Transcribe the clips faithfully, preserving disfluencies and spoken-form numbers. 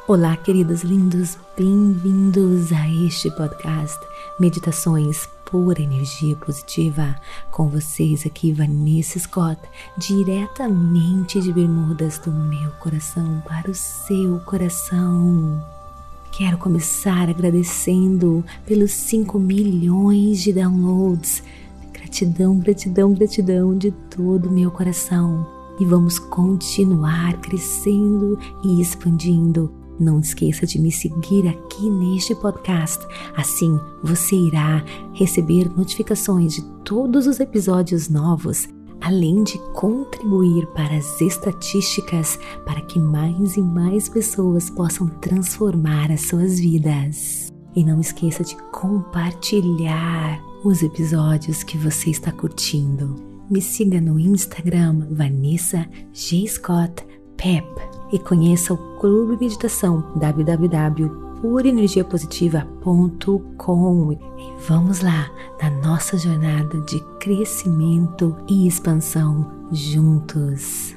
Olá, queridos lindos, bem-vindos a este podcast Meditações por Energia Positiva. Com vocês aqui, Vanessa Scott, diretamente de Bermudas, do meu coração para o seu coração. Quero começar agradecendo pelos cinco milhões de downloads. Gratidão, gratidão, gratidão de todo o meu coração. E vamos continuar crescendo e expandindo. Não esqueça de me seguir aqui neste podcast. Assim você irá receber notificações de todos os episódios novos, além de contribuir para as estatísticas para que mais e mais pessoas possam transformar as suas vidas. E não esqueça de compartilhar os episódios que você está curtindo. Me siga no Instagram Vanessa G. Scott Pep e conheça o Clube Meditação w w w ponto pura energia positiva ponto com. E vamos lá na nossa jornada de crescimento e expansão juntos.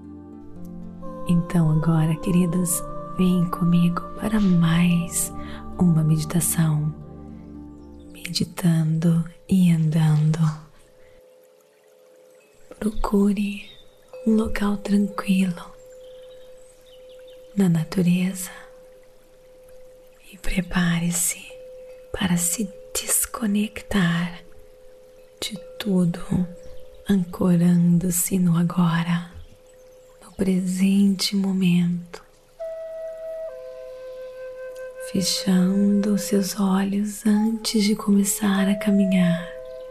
Então agora, queridos, vem comigo para mais uma meditação, meditando e andando. Procure um local tranquilo na natureza e prepare-se para se desconectar de tudo, ancorando-se no agora, no presente momento, fechando os seus olhos antes de começar a caminhar.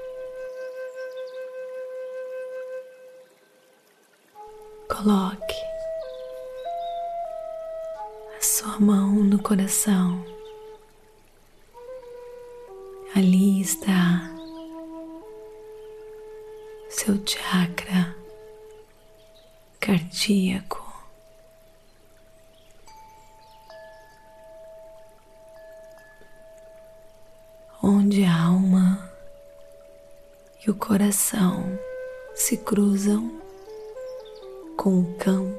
Coloque a sua mão no coração. Ali está seu chakra cardíaco. Onde a alma e o coração se cruzam com o campo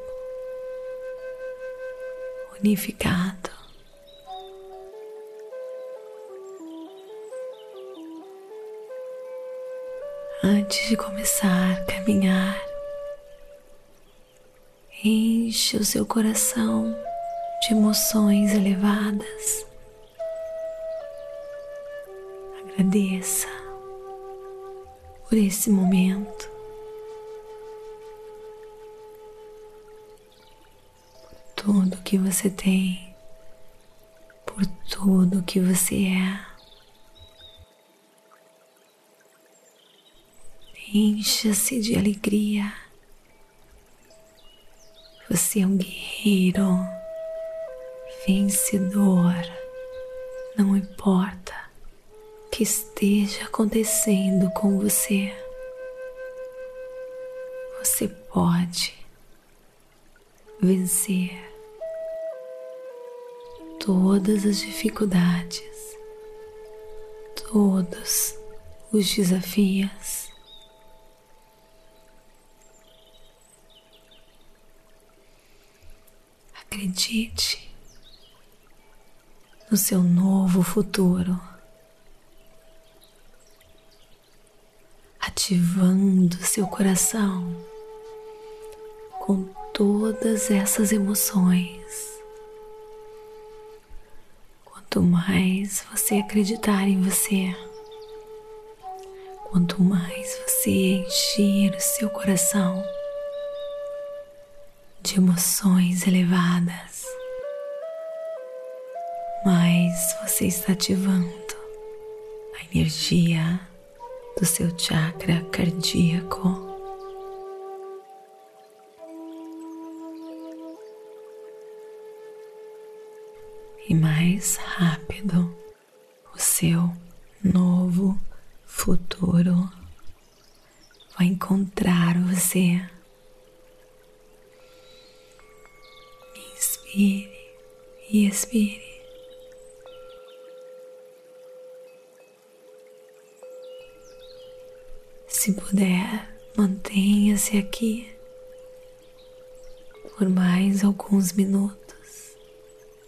unificado. Antes de começar a caminhar, enche o seu coração de emoções elevadas. Agradeça por esse momento. Tudo que você tem, por tudo que você é. Encha-se de alegria. Você é um guerreiro, vencedor. Não importa o que esteja acontecendo com você, você pode vencer todas as dificuldades, todos os desafios. Acredite no seu novo futuro, ativando seu coração com todas essas emoções. Quanto mais você acreditar em você, quanto mais você encher o seu coração de emoções elevadas, mais você está ativando a energia do seu chakra cardíaco. E mais rápido o seu novo futuro vai encontrar você. Inspire e expire. Se puder, mantenha-se aqui por mais alguns minutos,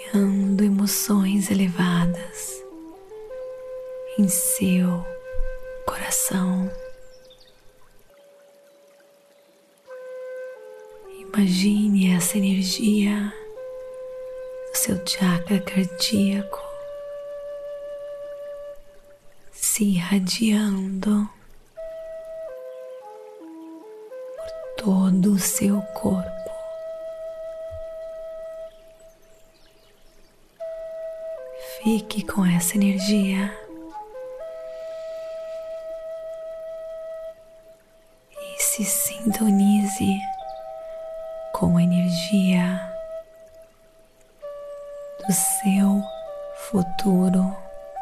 criando emoções elevadas em seu coração. Imagine essa energia do seu chakra cardíaco se irradiando por todo o seu corpo. Fique com essa energia e se sintonize com a energia do seu futuro,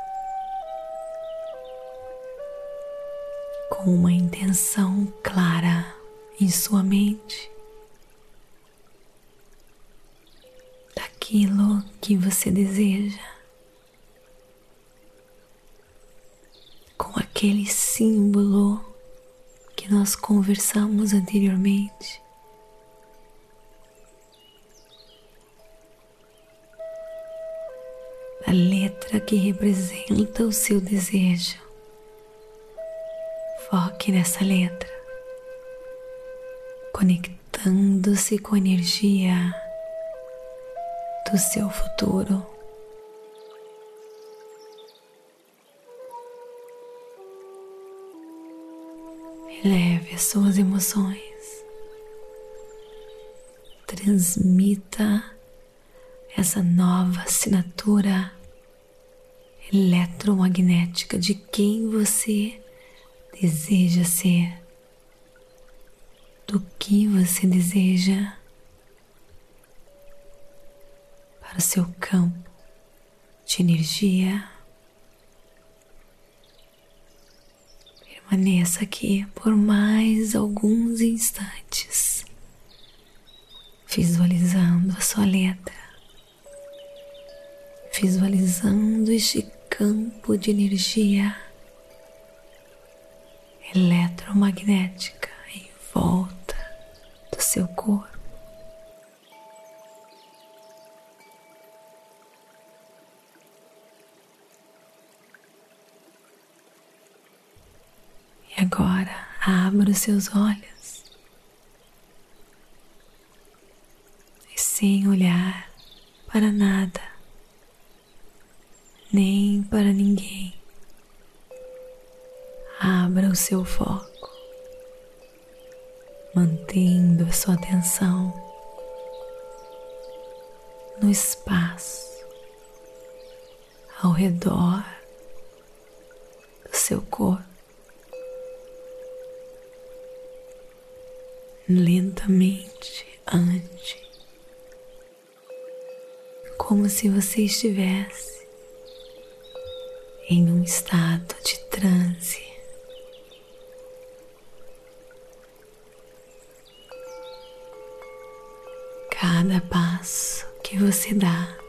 com uma intenção clara em sua mente daquilo que você deseja, com aquele símbolo que nós conversamos anteriormente. A letra que representa o seu desejo. Foque nessa letra, conectando-se com a energia do seu futuro. Eleve as suas emoções, transmita essa nova assinatura eletromagnética de quem você deseja ser, do que você deseja para o seu campo de energia. Permaneça aqui por mais alguns instantes, visualizando a sua letra, visualizando este campo de energia eletromagnética em volta do seu corpo. E agora abra os seus olhos e, sem olhar para nada nem para ninguém, abra o seu foco, mantendo a sua atenção no espaço ao redor do seu corpo. Lentamente ande, como se você estivesse em um estado de transe. Cada passo que você dá,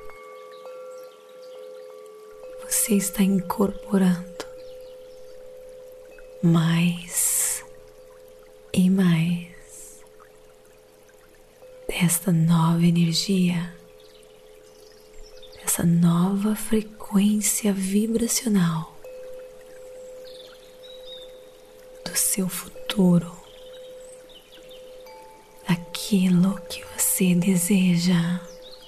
você está incorporando mais e mais desta nova energia, dessa nova frequência vibracional do seu futuro, daquilo que você deseja.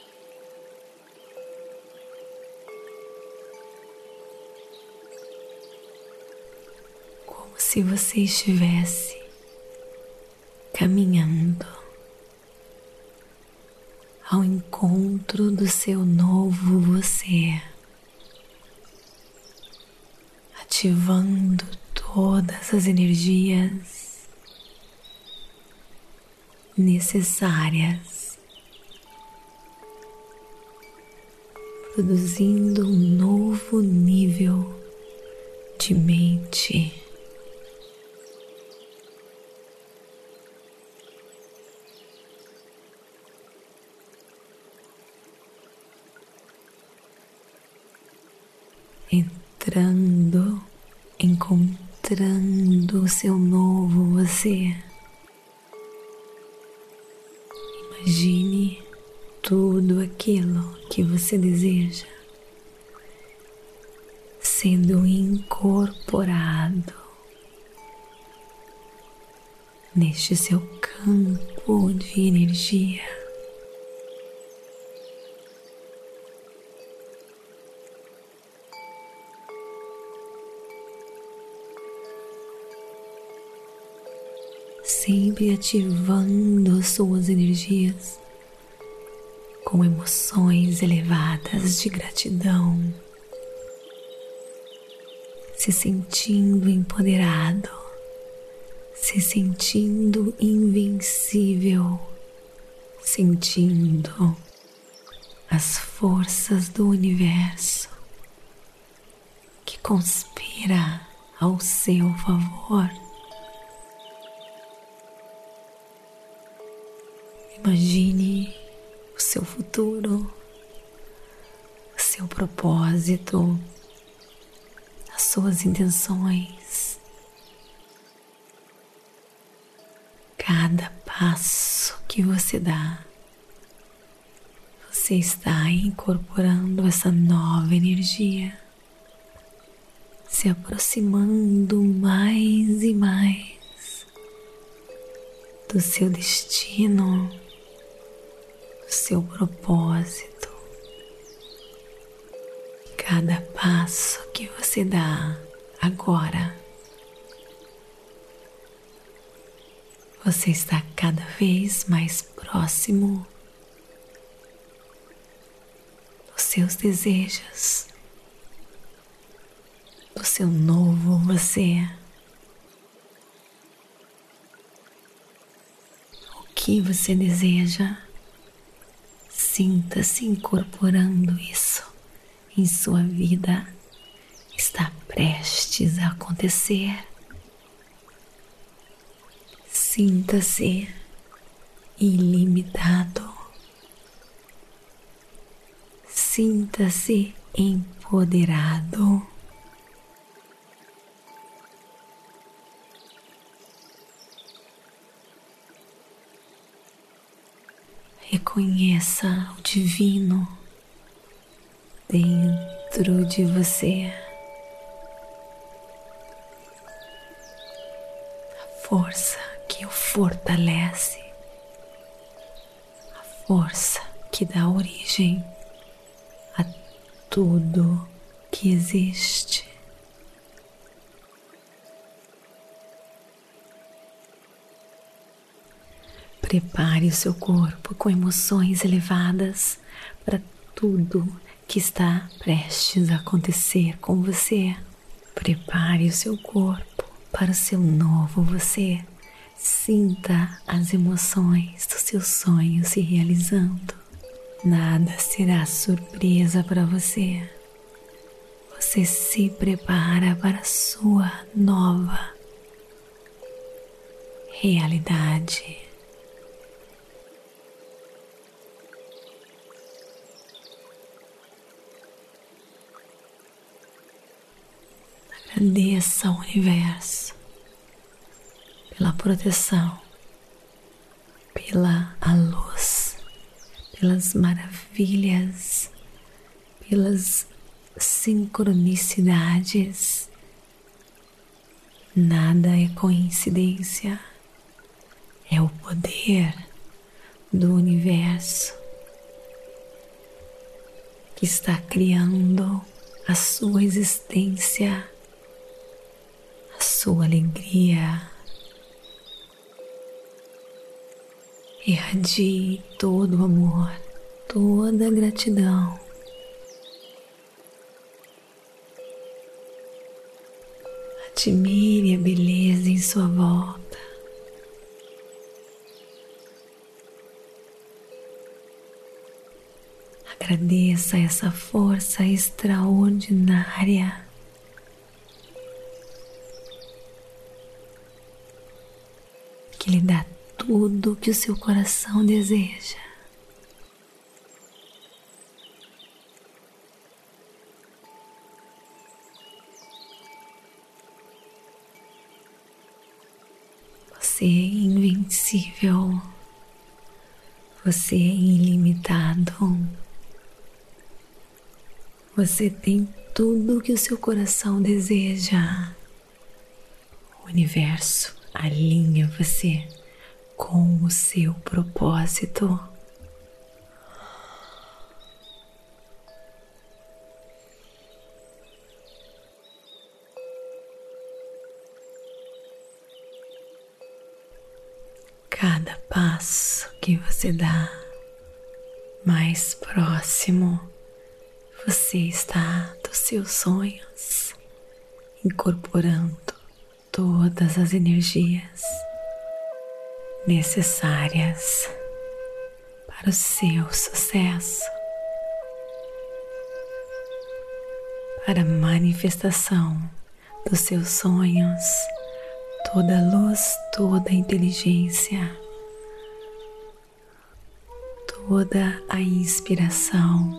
Como se você estivesse caminhando ao encontro do seu novo você, ativando todas as energias necessárias, produzindo um novo nível de mente. Entrando, encontrando o seu novo você. Imagine tudo aquilo que você deseja sendo incorporado neste seu campo de energia. Sempre ativando suas energias com emoções elevadas de gratidão, se sentindo empoderado, se sentindo invencível, sentindo as forças do universo que conspira ao seu favor. Imagine o seu futuro, o seu propósito, as suas intenções. Cada passo que você dá, você está incorporando essa nova energia, se aproximando mais e mais do seu destino, do seu propósito. Cada passo que você dá agora, você está cada vez mais próximo dos seus desejos, do seu novo você. O que você deseja? Sinta-se incorporando isso em sua vida. Está prestes a acontecer. Sinta-se ilimitado. Sinta-se empoderado. Reconheça o divino dentro de você, a força que o fortalece, a força que dá origem a tudo que existe. Prepare o seu corpo com emoções elevadas para tudo que está prestes a acontecer com você. Prepare o seu corpo para o seu novo você. Sinta as emoções dos seus sonhos se realizando. Nada será surpresa para você. Você se prepara para a sua nova realidade. Agradeça ao universo pela proteção, pela a luz, pelas maravilhas, pelas sincronicidades. Nada é coincidência, é o poder do universo que está criando a sua existência, a sua alegria. Irradie todo o amor, toda a gratidão. Admire a beleza em sua volta. Agradeça essa força extraordinária que lhe dá tudo o que o seu coração deseja. Você é invencível, você é ilimitado, Você tem tudo o que o seu coração deseja. O universo alinha você com o seu propósito. Cada passo que você dá mais próximo, você está dos seus sonhos, incorporando todas as energias necessárias para o seu sucesso, para a manifestação dos seus sonhos. Toda a luz, toda a inteligência, toda a inspiração,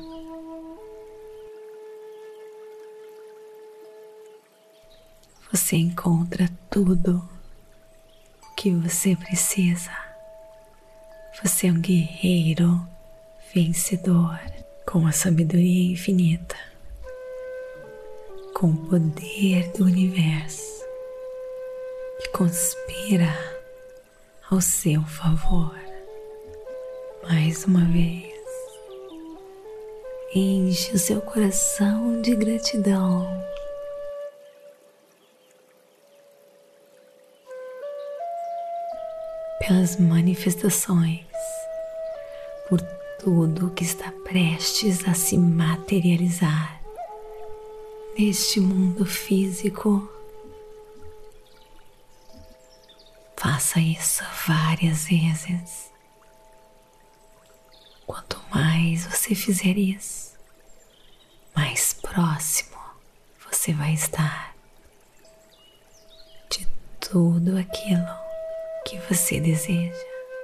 você encontra tudo o que você precisa. Você é um guerreiro vencedor com a sabedoria infinita, com o poder do universo que conspira ao seu favor. Mais uma vez, enche o seu coração de gratidão pelas manifestações, por tudo que está prestes a se materializar neste mundo físico. Faça isso várias vezes. Quanto mais você fizer isso, mais próximo você vai estar de tudo aquilo que você deseja.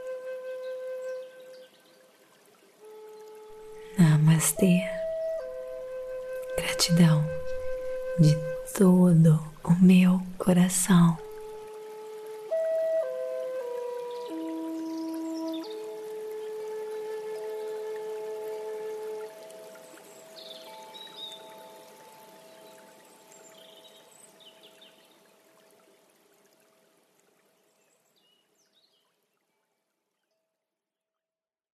Namastê. Gratidão de todo o meu coração.